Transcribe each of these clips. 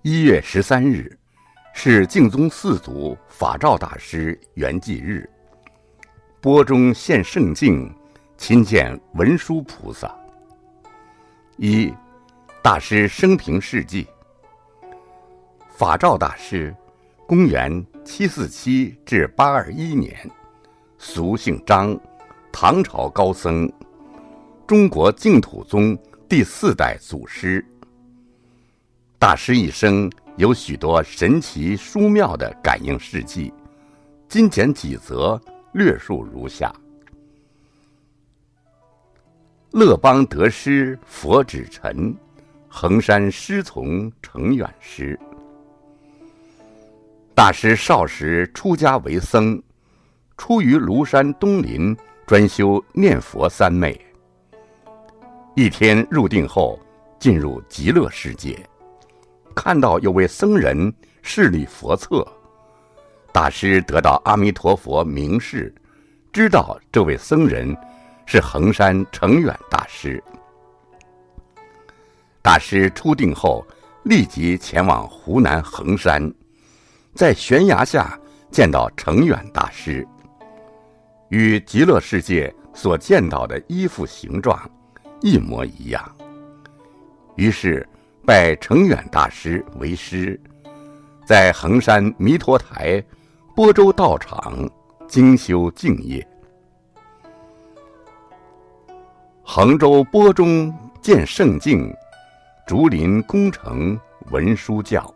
1月13日是净宗四祖法照大师圆寂日，钵中现圣境，亲见文殊菩萨。一、大师生平事迹。法照大师，公元747至821年，俗姓张，唐朝高僧，中国净土宗第4代祖师。大师一生有许多神奇殊妙的感应事迹，今简几则，略述如下。乐邦得师佛指陈，衡山师从成远师。大师少时出家为僧，出于庐山东林，专修念佛三昧。一天入定后，进入极乐世界，看到有位僧人势力佛册，大师得到阿弥陀佛明示，知道这位僧人是衡山成远大师。大师出定后，立即前往湖南衡山，在悬崖下见到成远大师，与极乐世界所见到的衣服形状一模一样，于是拜成远大师为师，在衡山弥陀台、播州道场精修净业。衡州播中见圣境，竹林宫城文殊教。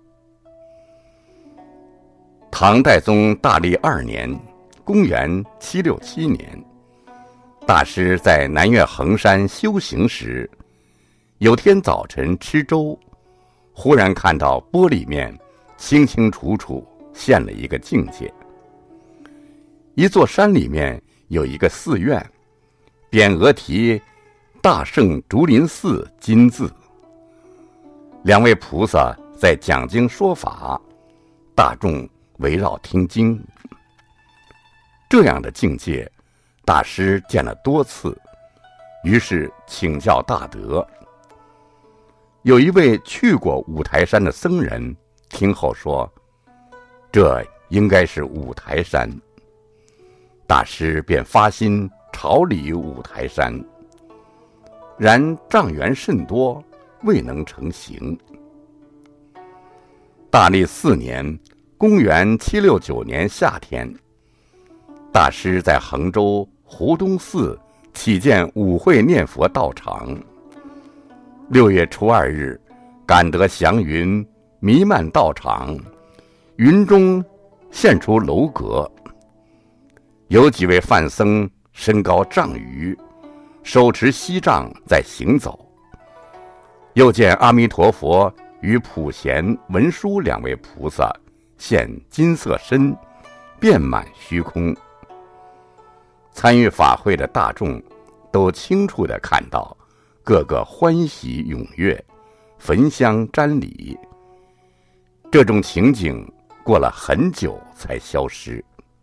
唐代宗大历2年，公元767年，大师在南岳衡山修行时，有天早晨吃粥，忽然看到钵里面清清楚楚现了一个境界。一座山里面有一个寺院，匾额题大圣竹林寺金字，两位菩萨在讲经说法，大众围绕听经。这样的境界，大师见了多次，于是请教大德。有一位去过五台山的僧人，听后说，这应该是五台山。大师便发心朝礼五台山，然障缘甚多，未能成行。大历4年，公元769年夏天，大师在衡州湖东寺起建五会念佛道场。6月初2日，感得祥云弥漫道场，云中现出楼阁，有几位梵僧身高丈余，手持锡杖在行走。又见阿弥陀佛与普贤、文殊两位菩萨现金色身，遍满虚空。参与法会的大众都清楚地看到，个个欢喜踊跃，焚香瞻礼。这种情景过了很久才消失。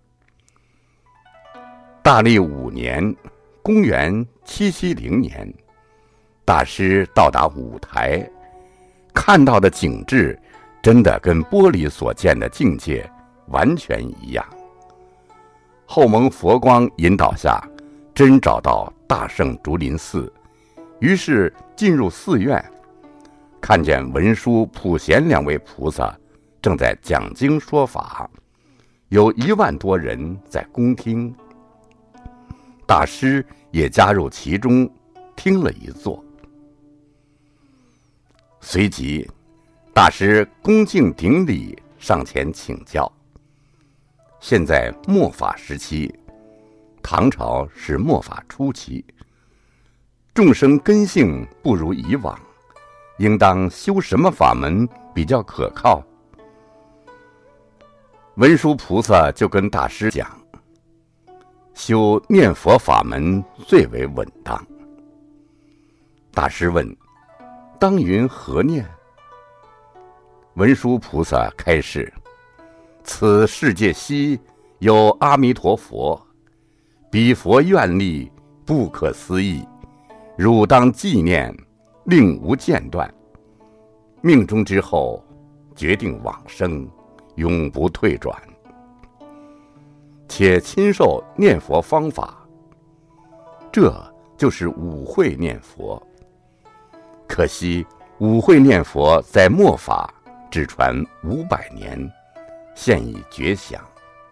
大历5年，公元770年，大师到达五台，看到的景致真的跟钵里所见的境界完全一样。后蒙佛光引导下，真找到大圣竹林寺，于是进入寺院，看见文殊、普贤两位菩萨正在讲经说法，有1万多人在恭听。大师也加入其中，听了一座。随即，大师恭敬顶礼，上前请教。现在末法时期，唐朝是末法初期，众生根性不如以往，应当修什么法门比较可靠？文殊菩萨就跟大师讲，修念佛法门最为稳当。大师问，当云何念？文殊菩萨开示，此世界悉有阿弥陀佛，彼佛愿力不可思议，汝当纪念，令无间断。命中之后， 决定往生，永不退转，且亲授念佛方法，这就是五会念佛。可惜五会念佛在末法只传500年，现已绝响。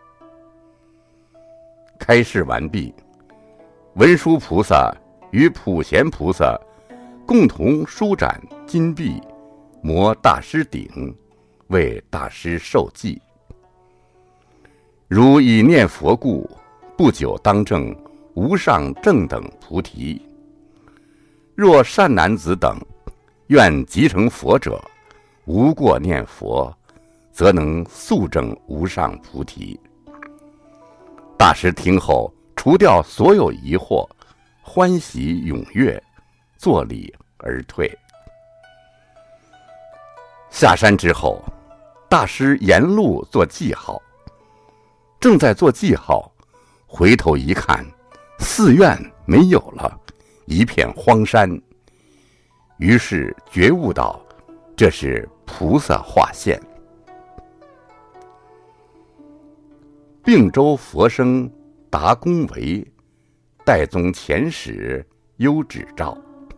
开示完毕，文殊菩萨与普贤菩萨共同舒展金臂，摩大师顶，为大师受记。如以念佛故，不久当证无上正等菩提。若善男子等愿即成佛者，无过念佛，则能速证无上菩提。大师听后，除掉所有疑惑，欢喜踊跃，作礼而退。下山之后，大师沿路做记号，正在做记号，回头一看，寺院没有了，一片荒山。于是觉悟到，这是菩萨化现。并州佛生达公为，代宗前史优指照。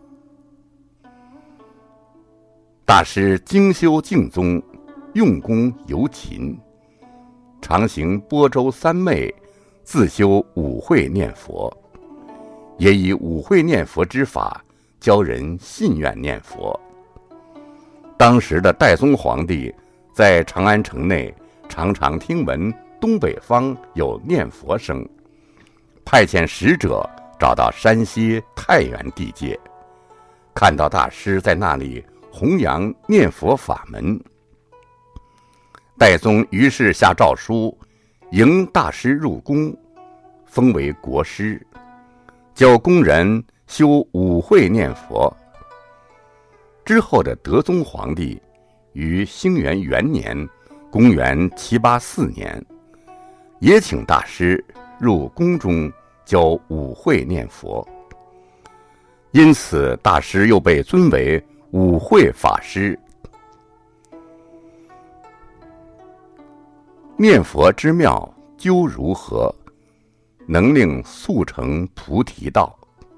大师精修净宗，用功尤勤，常行播州三昧，自修五会念佛，也以五会念佛之法教人信愿念佛。当时的代宗皇帝在长安城内常常听闻东北方有念佛声，派遣使者找到山西太原地界，看到大师在那里弘扬念佛法门。代宗于是下诏书，迎大师入宫，封为国师，教工人修五会念佛。之后的德宗皇帝于兴元元年，公元784年，也请大师入宫中教五会念佛，因此大师又被尊为五会法师。念佛之妙究如何，能令速成菩提道。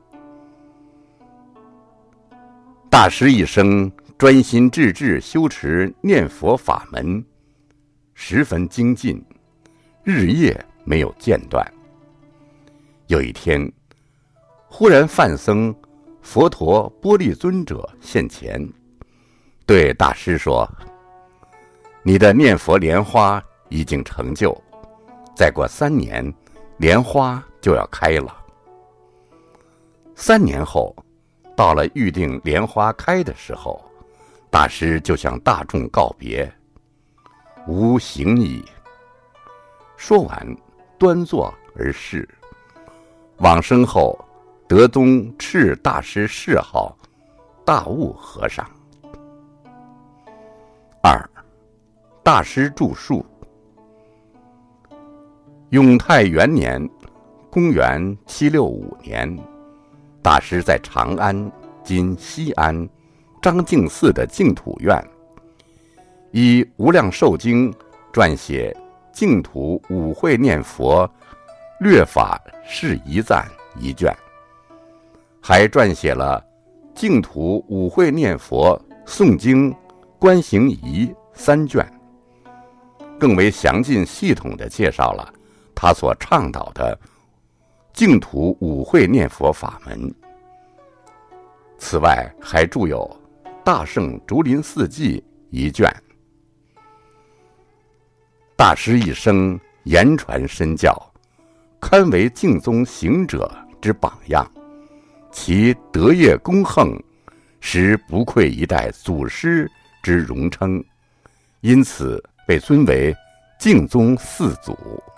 大师一生专心致志修持念佛法门，十分精进，日夜没有间断。有一天，忽然梵僧佛陀波利尊者现前，对大师说：“你的念佛莲花已经成就，再过3年，莲花就要开了。”3年后，到了预定莲花开的时候，大师就向大众告别：“吾行矣。”说完，端坐而逝。往生后，德宗敕大师谥号大悟和尚。2. 大师著述。永泰元年，公元765年，大师在长安（今西安）张敬寺的净土院，以《无量寿经》撰写净土五会念佛略法释疑赞1卷，还撰写了净土五会念佛诵经观行仪3卷，更为详尽系统地介绍了他所倡导的净土五会念佛法门。此外，还著有《大圣竹林寺记》1卷。大师一生言传身教，堪为净宗行者之榜样，其德业功横，实不愧一代祖师之荣称，因此被尊为净宗4祖。